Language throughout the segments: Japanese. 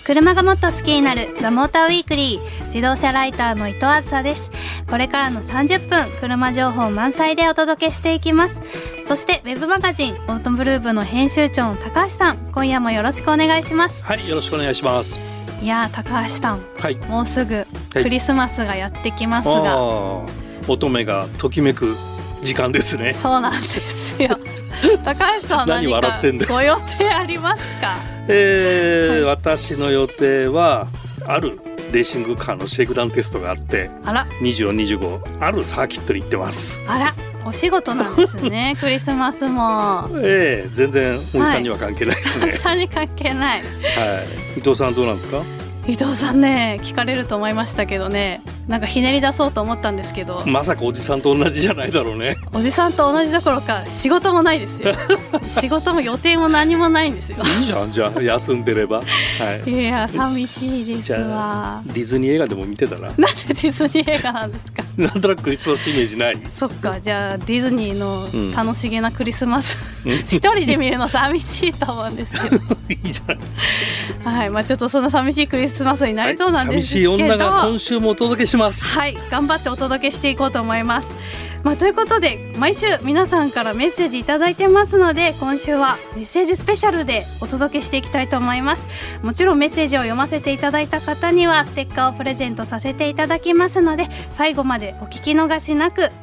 車がもっと好きになるザ・モーターウィークリー、自動車ライターの伊藤あずさです。これからの30分車情報満載でお届けしていきます。そしてウェブマガジンオートブルーブの編集長の高橋さん、今夜もよろしくお願いします。 はい、よろしくお願いします。 いや高橋さん、 はい、 もうすぐクリスマスがやってきますが、 はい、乙女がときめく時間ですね。 そうなんですよ高橋さん、何かご予定ありますか？はい、 私の予定はあるレーシングカーのシェイクダウンテストがあって、24、25あるサーキットに行ってます。 あら、お仕事なんですねクリスマスも。 全然おじさんには関係ないですね。 おじさんに関係ない、 伊藤さんどうなんですか？ 伊藤さんね、聞かれると思いましたけどね、なんかひねり出そうと思ったんですけど、 まさかおじさんと同じじゃないだろうね。 おじさんと同じどころか仕事もないですよ仕事も予定も何もないんですよ。 いいじゃん、じゃあ休んでれば、 いや寂しいですわ。 ディズニー映画でも見てたら。 なんでディズニー映画なんですか？ なんとなくクリスマスイメージない？ そっか、じゃあディズニーの楽しげなクリスマス、一人で見るの寂しいと思うんですけどいいじゃない、ちょっとそんな寂しいクリスマスになりそうなんですけど、 寂しい女が今週もお届けします。 はい、頑張ってお届けしていこうと思います。ということで毎週皆さんからメッセージいただいてますので、今週はメッセージスペシャルでお届けしていきたいと思います。もちろんメッセージを読ませていただいた方にはステッカーをプレゼントさせていただきますので、最後までお聞き逃しなく。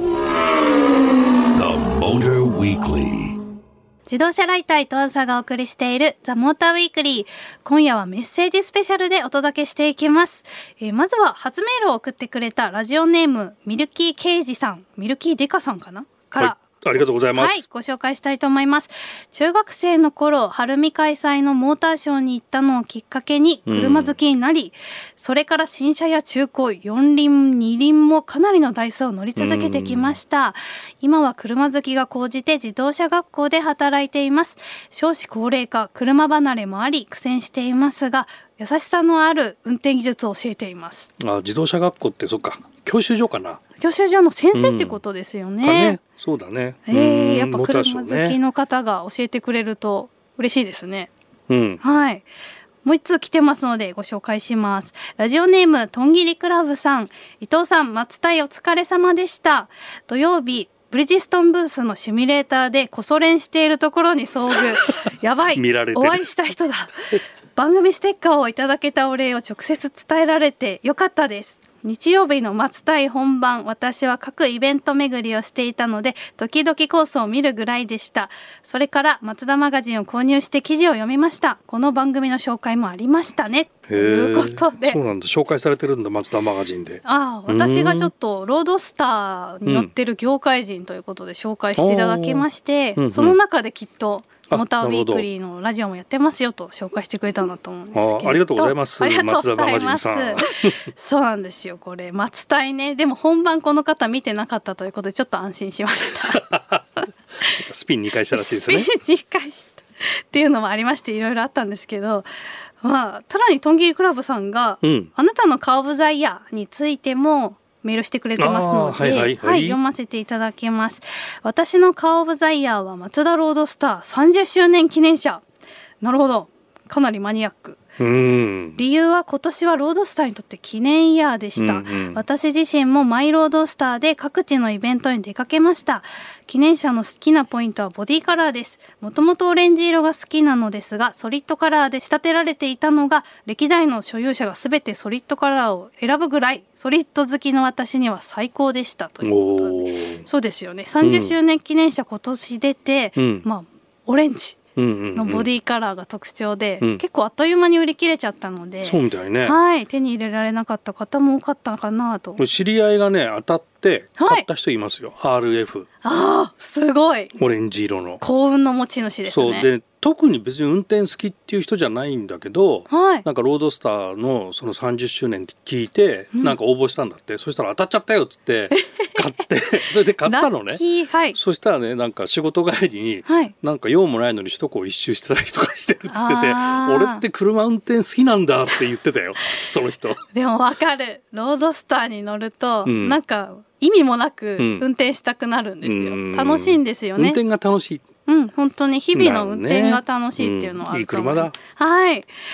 自動車ライター伊藤あずさがお送りしているザ・モーターウィークリー、今夜はメッセージスペシャルでお届けしていきます。まずは初メールを送ってくれたラジオネームミルキーケイジさん、ミルキーデカさんかなから、 ありがとうございます。 ご紹介したいと思います。中学生の頃、晴海開催のモーターショーに行ったのをきっかけに車好きになり、それから新車や中古4輪2輪もかなりの台数を乗り続けてきました。今は車好きが高じて自動車学校で働いています。少子高齢化、車離れもあり苦戦していますが、優しさのある運転技術を教えています。 自動車学校ってそっか、教習所かな。教習所の先生ってことですよね。 そうだね。 やっぱ車好きの方が教えてくれると嬉しいですね。はい。もう一通来てますのでご紹介します。ラジオネームとんぎりクラブさん、伊藤さん、松田お疲れ様でした。土曜日ブリヂストンブースのシミュレーターでコソ練しているところに遭遇やばい、お会いした人だ番組ステッカーをいただけたお礼を直接伝えられてよかったです。日曜日の松田本番、私は各イベント巡りをしていたので時々コースを見るぐらいでした。それからマツダマガジンを購入して記事を読みました。この番組の紹介もありましたね、ということで。 そうなんだ、紹介されてるんだ、マツダマガジンで。 私がちょっとロードスターに乗ってる業界人ということで紹介していただきまして、その中できっとモーターウィークリーのラジオもやってますよと紹介してくれたんだと思うんですけど。 ありがとうございます。 ありがとうございます。そうなんですよ、これ松田ね。でも本番この方見てなかったということでちょっと安心しましたスピン2回したらしいですね。 スピン2回したっていうのもありまして、いろいろあったんですけど、さらにとんぎりクラブさんが、あなたのカー・オブ・ザ・イヤーについてもメールしてくれてますので、読ませていただきます。私のカー・オブ・ザ・イヤーはマツダロードスター30周年記念車。なるほど、かなりマニアック。理由は今年はロードスターにとって記念イヤーでした。私自身もマイロードスターで各地のイベントに出かけました。記念車の好きなポイントはボディカラーです。もともとオレンジ色が好きなのですが、ソリッドカラーで仕立てられていたのが歴代の所有者が全てソリッドカラーを選ぶぐらいソリッド好きの私には最高でしたということで。そうですよね、30周年記念車今年出て、オレンジのボディカラーが特徴で、結構あっという間に売り切れちゃったので、 そうみたいね。 手に入れられなかった方も多かったかなと。 知り合いがね、当たって買った人いますよ、RF。 すごい、 オレンジ色の幸運の持ち主ですね。 そうで、特に別に運転好きっていう人じゃないんだけど、なんかロードスターのその30周年って聞いて、なんか応募したんだって。そしたら当たっちゃったよっつって買ってそれで買ったのね。そしたらね、なんか仕事帰りに、なんか用もないのに首都高一周してたりとかしてるっつってて、俺って車運転好きなんだって言ってたよその人。 でもわかる、ロードスターに乗ると、なんか意味もなく運転したくなるんですよ。楽しいんですよね。 運転が楽しい。 本当に日々の運転が楽しいっていうのはあると思います。いい車だ。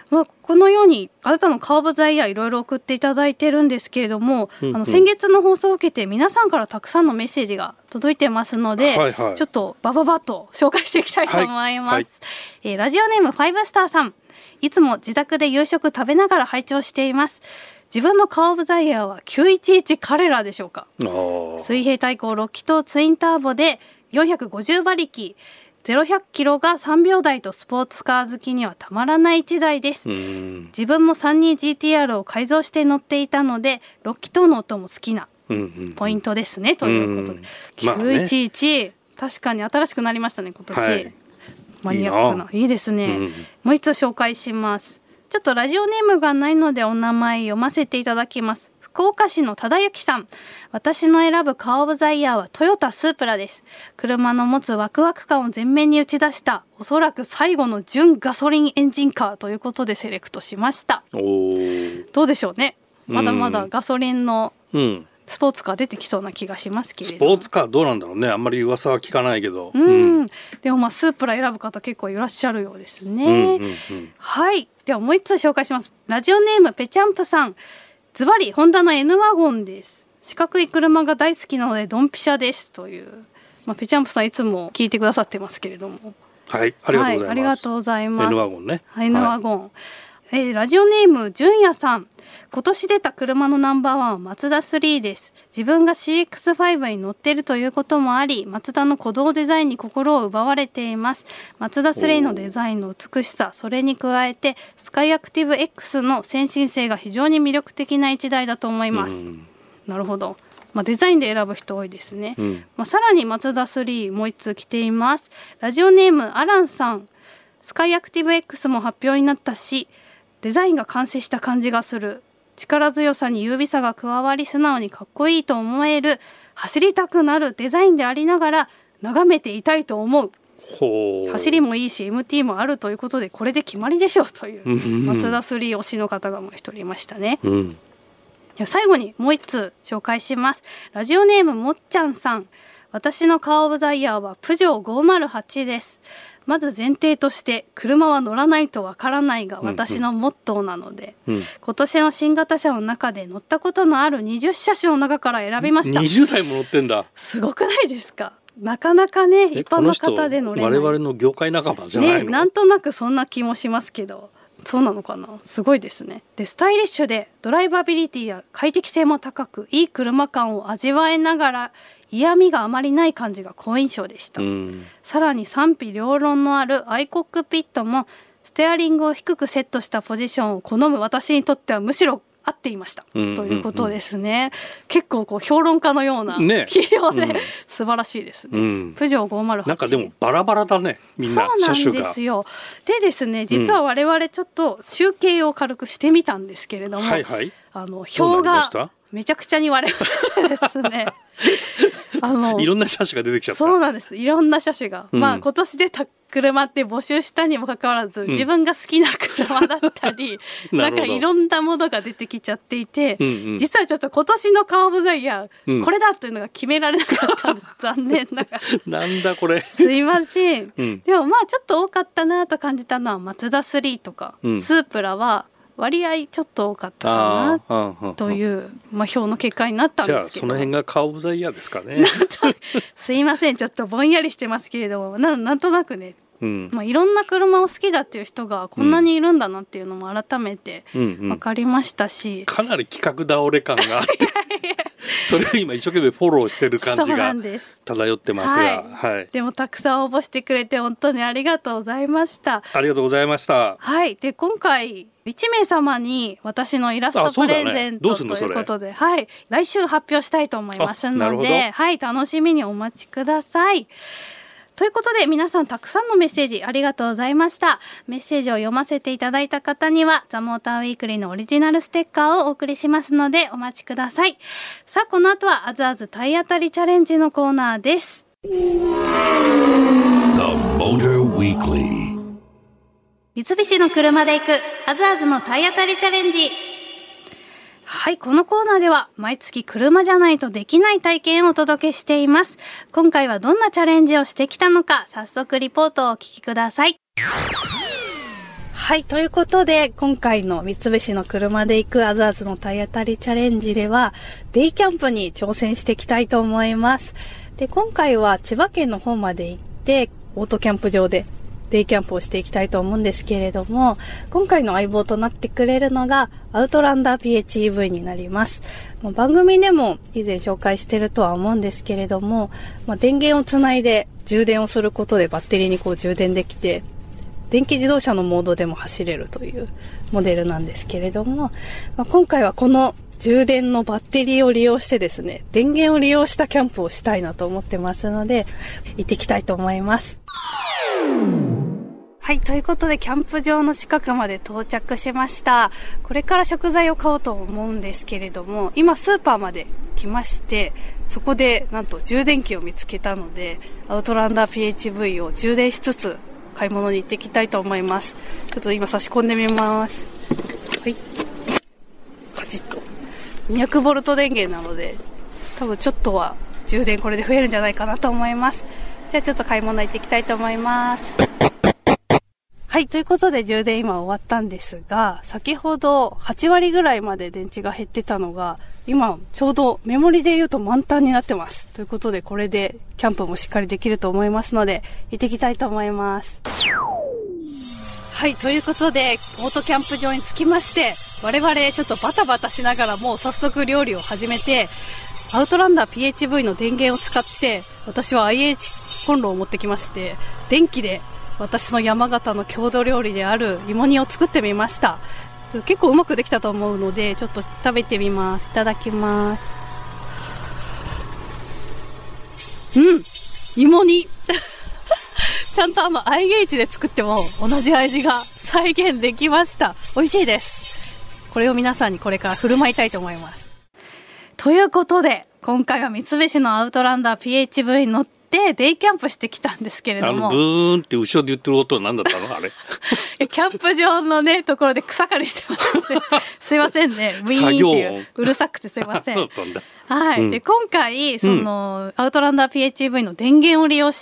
このようにあなたのカーオブザイヤーいろいろ送っていただいてるんですけれども、先月の放送を受けて皆さんからたくさんのメッセージが届いてますので、ちょっとバババッと紹介していきたいと思います。ラジオネーム5スターさん、いつも自宅で夕食食べながら拝聴しています。自分のカーオブザイヤーは911カレラでしょうか。水平対向6気筒ツインターボで450馬力、0-100キロが3秒台とスポーツカー好きにはたまらない1台です。自分も 32GTR を改造して乗っていたので6気筒の音も好きなポイントですね、ということで、911、確かに新しくなりましたね今年、マニアックな、いいですね。もう一つ紹介します。ちょっとラジオネームがないのでお名前読ませていただきます。福岡市の忠之さん、私の選ぶカーオブザイヤーはトヨタスープラです。車の持つワクワク感を前面に打ち出したおそらく最後の純ガソリンエンジンカーということでセレクトしました。どうでしょうね。まだまだガソリンのスポーツカー出てきそうな気がしますけれども、 スポーツカーどうなんだろうね。あんまり噂は聞かないけど、 でもスープラ選ぶ方結構いらっしゃるようですね。はい、ではもう一つ紹介します。ラジオネームペチャンプさん、ズバリホンダの N ワゴンです。四角い車が大好きなのでドンピシャですという、ペチャンプさんいつも聞いてくださってますけれども、 はい、ありがとうございます。 N ワゴンね、 N ワゴン、ラジオネーム純也さん、今年出た車のナンバーワンはマツダ3です。自分が CX5 に乗っているということもあり、マツダの鼓動デザインに心を奪われています。マツダ3のデザインの美しさ、それに加えてスカイアクティブ X の先進性が非常に魅力的な一台だと思います。なるほど、デザインで選ぶ人多いですね。さらにマツダ3もう一通来ています。ラジオネームアランさん、スカイアクティブ X も発表になったし、デザインが完成した感じがする。力強さに優美さが加わり、素直にかっこいいと思える、走りたくなるデザインでありながら眺めていたいと思う。走りもいいし MT もあるということでこれで決まりでしょうというマツダ3推しの方がもう一人いましたね。最後にもう一通紹介します。ラジオネームもっちゃんさん、私のカーオブザイヤーはプジョー508です。まず前提として車は乗らないとわからないが私のモットーなので、今年の新型車の中で乗ったことのある20車種の中から選びました。 20台も乗ってんだ。 すごくないですか。なかなかね、一般の方で乗れない。 我々の業界仲間じゃないの、 なんとなくそんな気もしますけど、そうなのかな。すごいですね。でスタイリッシュでドライバビリティや快適性も高く、いい車感を味わえながら嫌味があまりない感じが好印象でした。さらに賛否両論のあるアイコックピットもステアリングを低くセットしたポジションを好む私にとってはむしろ合っていました、ということですね。結構評論家のような企業で、素晴らしいですね。プジョー508、 なんかでもバラバラだね、みんな車種が。 そうなんですよ。でですね、実は我々ちょっと集計を軽くしてみたんですけれども、票がめちゃくちゃに割れましてですねいろんな車種が出てきちゃった。 そうなんです。いろんな車種が、今年出た車って募集したにもかかわらず、自分が好きな車だったりなんかいろんなものが出てきちゃっていて、実はちょっと今年のカーオブザイヤー、これだというのが決められなかったんです。残念ながらなんだこれすいません、でもちょっと多かったなと感じたのはマツダ3とか、スープラは割合ちょっと多かったかなという、票の結果になったんですけど、 じゃあその辺がカーオブザイヤーですかね。 すいません、ちょっとぼんやりしてますけれども、なんとなくね、いろんな車を好きだっていう人がこんなにいるんだなっていうのも改めて分かりましたし、 かなり企画倒れ感があってそれを今一生懸命フォローしてる感じが漂ってますが、 でもたくさん応募してくれて本当にありがとうございました。 ありがとうございました。 で今回1名様に私のイラストプレゼントということで、来週発表したいと思いますので、楽しみにお待ちください。ということで皆さんたくさんのメッセージありがとうございました。メッセージを読ませていただいた方にはザ・モーターウィークリーのオリジナルステッカーをお送りしますのでお待ちください。さあこの後はあずあず体当たりチャレンジのコーナーです。三菱の車で行くあずあずの体当たりチャレンジ。このコーナーでは毎月車じゃないとできない体験をお届けしています。今回はどんなチャレンジをしてきたのか、早速リポートをお聞きください。 はい、ということで今回の三菱の車で行くアザーズの体当たりチャレンジではデイキャンプに挑戦していきたいと思います。で、今回は千葉県の方まで行ってオートキャンプ場でデイキャンプをしていきたいと思うんですけれども、今回の相棒となってくれるのがアウトランダー PHEV になります。番組でも以前紹介してるとは思うんですけれども、電源をつないで充電をすることでバッテリーに充電できて電気自動車のモードでも走れるというモデルなんですけれども、今回はこの充電のバッテリーを利用してですね、電源を利用したキャンプをしたいなと思ってますので、行ってきたいと思います。はい、ということでキャンプ場の近くまで到着しました。これから食材を買おうと思うんですけれども、今スーパーまで来まして、そこでなんと充電器を見つけたので、アウトランダー PHEV を充電しつつ買い物に行ってきたいと思います。ちょっと今差し込んでみます。はい、カチッと200ボルト電源なので多分ちょっとは充電これで増えるんじゃないかなと思います。じゃあちょっと買い物行ってきたいと思います。はい、ということで充電今終わったんですが、先ほど8割ぐらいまで電池が減ってたのが今ちょうどメモリで言うと満タンになってます。ということでこれでキャンプもしっかりできると思いますので行ってきたいと思います。はい、ということでオートキャンプ場に着きまして、我々ちょっとバタバタしながらもう早速料理を始めて、アウトランダー PHEV の電源を使って私は IH コンロを持ってきまして、電気で私の山形の郷土料理である芋煮を作ってみました。結構うまくできたと思うのでちょっと食べてみます。いただきます。芋煮ちゃんとIH で作っても同じ味が再現できました。美味しいです。これを皆さんにこれから振る舞いたいと思います。ということで今回は三菱のアウトランダー PHEV に乗ってデイキャンプしてきたんですけれども、 ブーンって後ろで言ってる音は何だったのあれキャンプ場のねところで草刈りしてますすいませんね、ウィーンっていううるさくてすいません。 そうなんだ。 はい、で今回その、アウトランダー PHEV の電源を利用して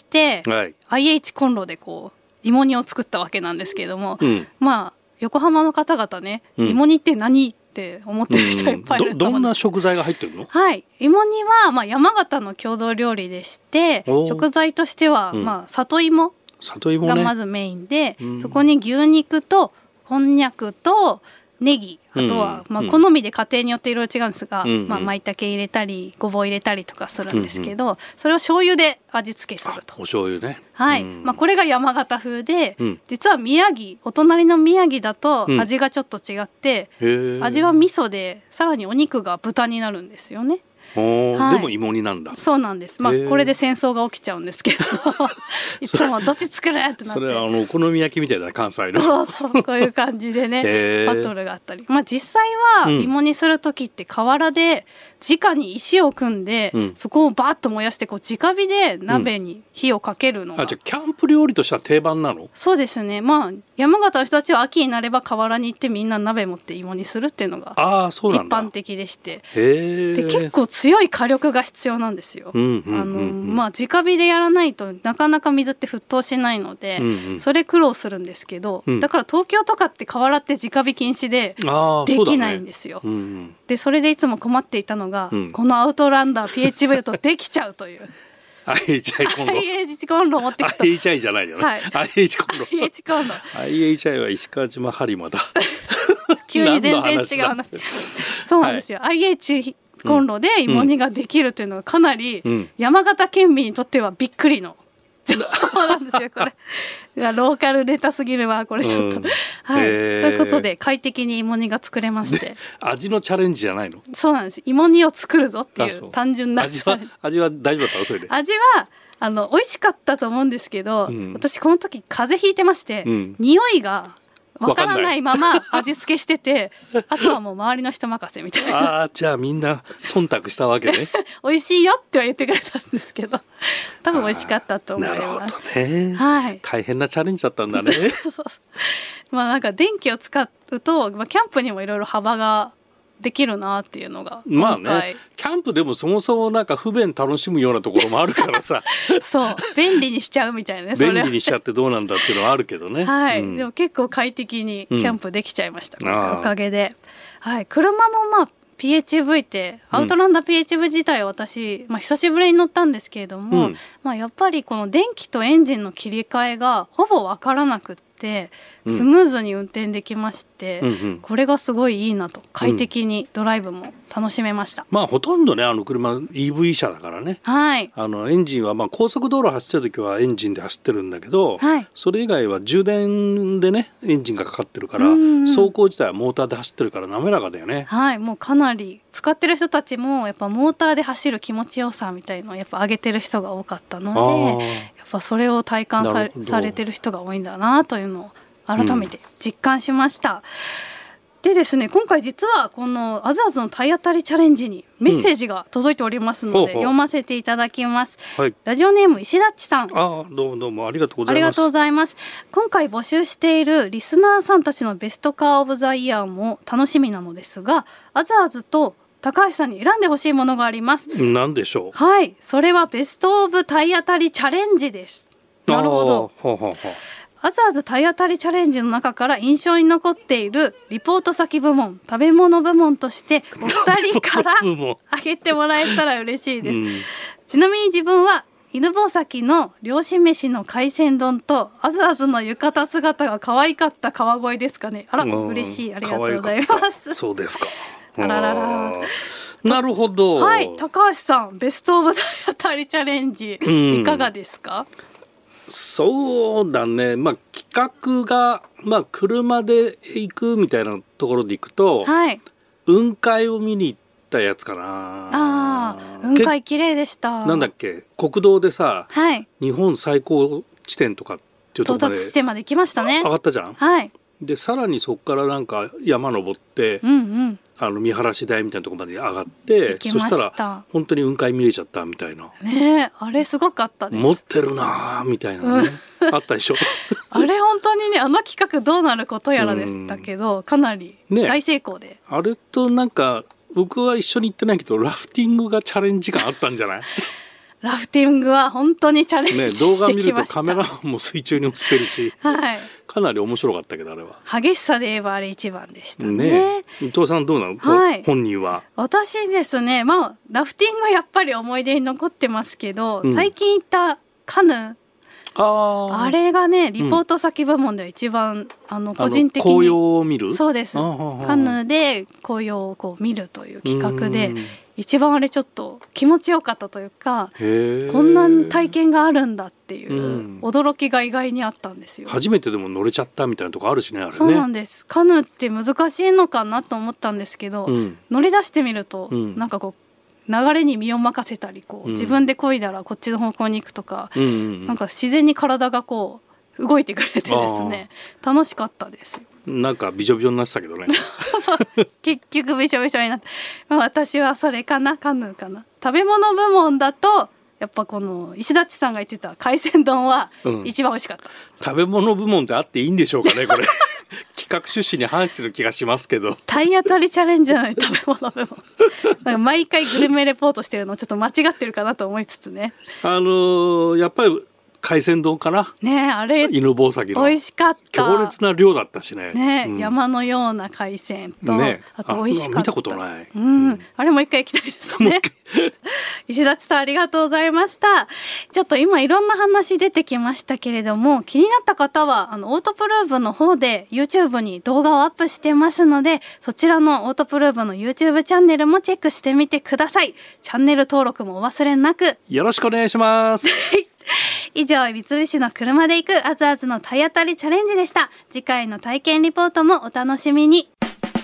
、IH コンロで芋煮を作ったわけなんですけれども、横浜の方々ね、芋煮って何って思ってる人いっぱいいると思うんです。 どんな食材が入ってるの？ はい、芋煮は山形の郷土料理でして、食材としては里芋がまずメインで、そこに牛肉とこんにゃくとネギ、あとは好みで家庭によっていろいろ違うんですが、舞茸入れたりごぼう入れたりとかするんですけど、それを醤油で味付けすると。 お醤油ね。 はい、これが山形風で、実は宮城、お隣の宮城だと味がちょっと違って、味は味噌でさらにお肉が豚になるんですよね。 でも芋煮なんだ。 そうなんです。これで戦争が起きちゃうんですけどいつもどっち作るってなって、 それはお好み焼きみたいな関西のそうこういう感じでねバトルがあったり、実際は芋煮する時って河原で直に石を組んで、そこをバーッと燃やして直火で鍋に火をかけるのが、 じゃあキャンプ料理としては定番なの？そうですね。山形の人たちは秋になれば河原に行ってみんな鍋持って芋煮するっていうのが一般的でして、で結構強い火力が必要なんですよ。直火でやらないとなかなか水って沸騰しないので、それ苦労するんですけど、だから東京とかって河原って直火禁止でできないんですよ。でそれでいつも困っていたのが、このアウトランダー PHEV だとできちゃうという IHI コンロ IH コンロ持ってきた。 IHI じゃないよね、IH コンロ IH コンロ IHI は石川島播磨だ急に全然違うなそうなんですよ、IH コンロで芋煮ができるというのがかなり山形県民にとってはびっくりのそうなんですよ。これローカルネタすぎるわこれちょっと、ということで快適に芋煮が作れまして味のチャレンジじゃないの？そうなんです。芋煮を作るぞっていう単純なチャレンジ。 味は大丈夫だったの？それで味は美味しかったと思うんですけど、私この時風邪ひいてまして、匂いがわからないまま味付けしててあとはもう周りの人任せみたいなじゃあみんな忖度したわけね美味しいよっては言ってくれたんですけど多分美味しかったと思います。 なるほどね、大変なチャレンジだったんだねなんか電気を使うと、キャンプにもいろいろ幅ができるなっていうのがまあね、キャンプでもそもそもなんか不便楽しむようなところもあるからさそう便利にしちゃうみたいなね、 便利にしちゃってどうなんだっていうのはあるけどねはい、でも結構快適にキャンプできちゃいました、おかげで、はい、車もまあPHV ってアウトランダー PHV 自体は私、久しぶりに乗ったんですけれども、やっぱりこの電気とエンジンの切り替えがほぼ分からなくってスムーズに運転できまして、これがすごいいいなと、快適にドライブも楽しめました、 ほとんどね車 EV 車だからね、 はい、 エンジンは高速道路走ってる時はエンジンで走ってるんだけど、それ以外は充電でねエンジンがかかってるから、走行自体はモーターで走ってるから滑らかだよね。 はい、もうかなり使ってる人たちもやっぱモーターで走る気持ちよさみたいのをやっぱ上げてる人が多かったので、やっぱそれを体感 されてる人が多いんだなというのを改めて実感しました、でですね、今回実はこのアズアズの体当たりチャレンジにメッセージが届いておりますので、読ませていただきます、ラジオネーム石立さん、 どうもありがとうございます。 ありがとうございます。今回募集しているリスナーさんたちのベストカーオブザイヤーも楽しみなのですが、アズアズと高橋さんに選んでほしいものがあります。 何でしょう。 はい、それはベストオブ体当たりチャレンジです。なるほど。アズアズ体当たりチャレンジの中から印象に残っているリポート先部門、食べ物部門としてお二人から挙げてもらえたら嬉しいです、ちなみに自分は犬吠埼の漁師飯の海鮮丼とアズアズの浴衣姿が可愛かった川越ですかね。あら、嬉しい、ありがとうございます。 そうですか。 あららら、 なるほど。 はい、高橋さんベストオブ体当たりチャレンジ、いかがですか。 そうだね、企画が、車で行くみたいなところで行くと、雲海を見に行ったやつかな。 雲海綺麗でした。 なんだっけ、国道でさ、日本最高地点とかっていうところまで到達地点まで行きましたね。 上がったじゃん。でさらにそこからなんか山登って、見晴らし台みたいなところまで上がって、そしたら本当に雲海見れちゃったみたいなね。あれすごかったです。 持ってるなみたいなね、あったでしょあれ本当にね、あの企画どうなることやらでしたけど、かなり大成功で、 あれとなんか僕は一緒に行ってないけどラフティングがチャレンジ感あったんじゃないラフティングは本当にチャレンジしてきました、 動画見るとカメラも水中に落ちてるし、かなり面白かったけど、あれは激しさで言えばあれ一番でしたね。 伊藤さんどうなの、本人は。 私ですね、ラフティングはやっぱり思い出に残ってますけど、最近行ったカヌー、あれがねリポート先部門では一番、個人的に紅葉を見る、 そうです、カヌーで紅葉をこう見るという企画で一番あれちょっと気持ちよかったというか、こんな体験があるんだっていう驚きが意外にあったんですよ。 初めてでも乗れちゃったみたいなとこあるしね、あれね。 そうなんです。カヌーって難しいのかなと思ったんですけど、乗り出してみると、なんかこう流れに身を任せたり、こう自分で漕いだらこっちの方向に行くとか、なんか自然に体がこう動いてくれてですね、楽しかったですよ。 なんかびしょびしょになってたけどね結局びしょびしょになって、私はそれかな、カヌーかな。食べ物部門だとやっぱこの石立さんが言ってた海鮮丼は一番美味しかった、 食べ物部門であっていいんでしょうかねこれ企画趣旨に反する気がしますけど、 体当たりチャレンジじゃない食べ物部門なんか毎回グルメレポートしてるのちょっと間違ってるかなと思いつつね、 やっぱり海鮮丼かなね。あれ犬吠埼の美味しかった、 強烈な量だったしね、 山のような海鮮と、あと美味しかった。 見たことない、 あれもう一回行きたいですね石立さんありがとうございました。ちょっと今いろんな話出てきましたけれども、気になった方はオートプルーブの方で YouTube に動画をアップしてますので、そちらのオートプルーブの YouTube チャンネルもチェックしてみてください。チャンネル登録もお忘れなくよろしくお願いします以上、三菱の車で行くアズアズの体当たりチャレンジでした。次回の体験リポートもお楽しみに。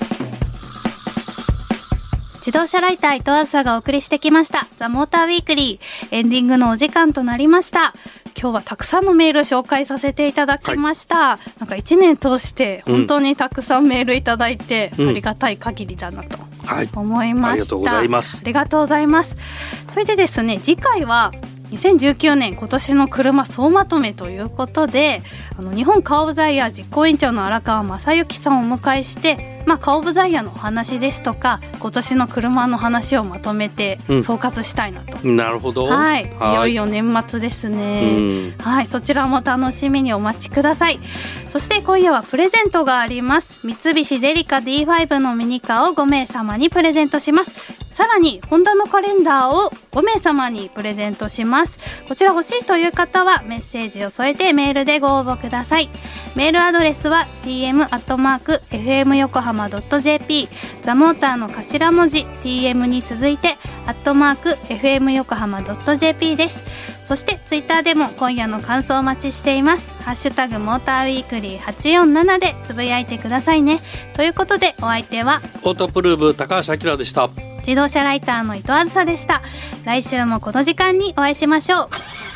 自動車ライター伊藤あずさがお送りしてきましたザ・モーターウィークリー、エンディングのお時間となりました。今日はたくさんのメール紹介させていただきました、なんか1年通して本当にたくさんメールいただいて、ありがたい限りだなと思いました、ありがとうございます。ありがとうございます。それでですね、次回は2019年今年の車総まとめということで、日本カーオブザイヤー実行委員長の荒川正幸さんをお迎えしてカー・オブ・ザ・イヤーのお話ですとか今年の車の話をまとめて総括したいなと、 なるほど、 はい、いよいよ年末ですね、はい、そちらも楽しみにお待ちください。そして今夜はプレゼントがあります。三菱デリカ D5 のミニカーを5名様にプレゼントします。さらにホンダのカレンダーを5名様にプレゼントします。こちら欲しいという方はメッセージを添えてメールでご応募ください。メールアドレスは tm@fmyokohama.jp、 ザモーターの頭文字 tm に続いて@fmyokohama.jp です。そしてツイッターでも今夜の感想をお待ちしています。ハッシュタグモーターウィークリー847でつぶやいてくださいね。ということでお相手はオートプルーブ高橋明でした。 自動車ライターの伊藤あずさでした。来週もこの時間にお会いしましょう。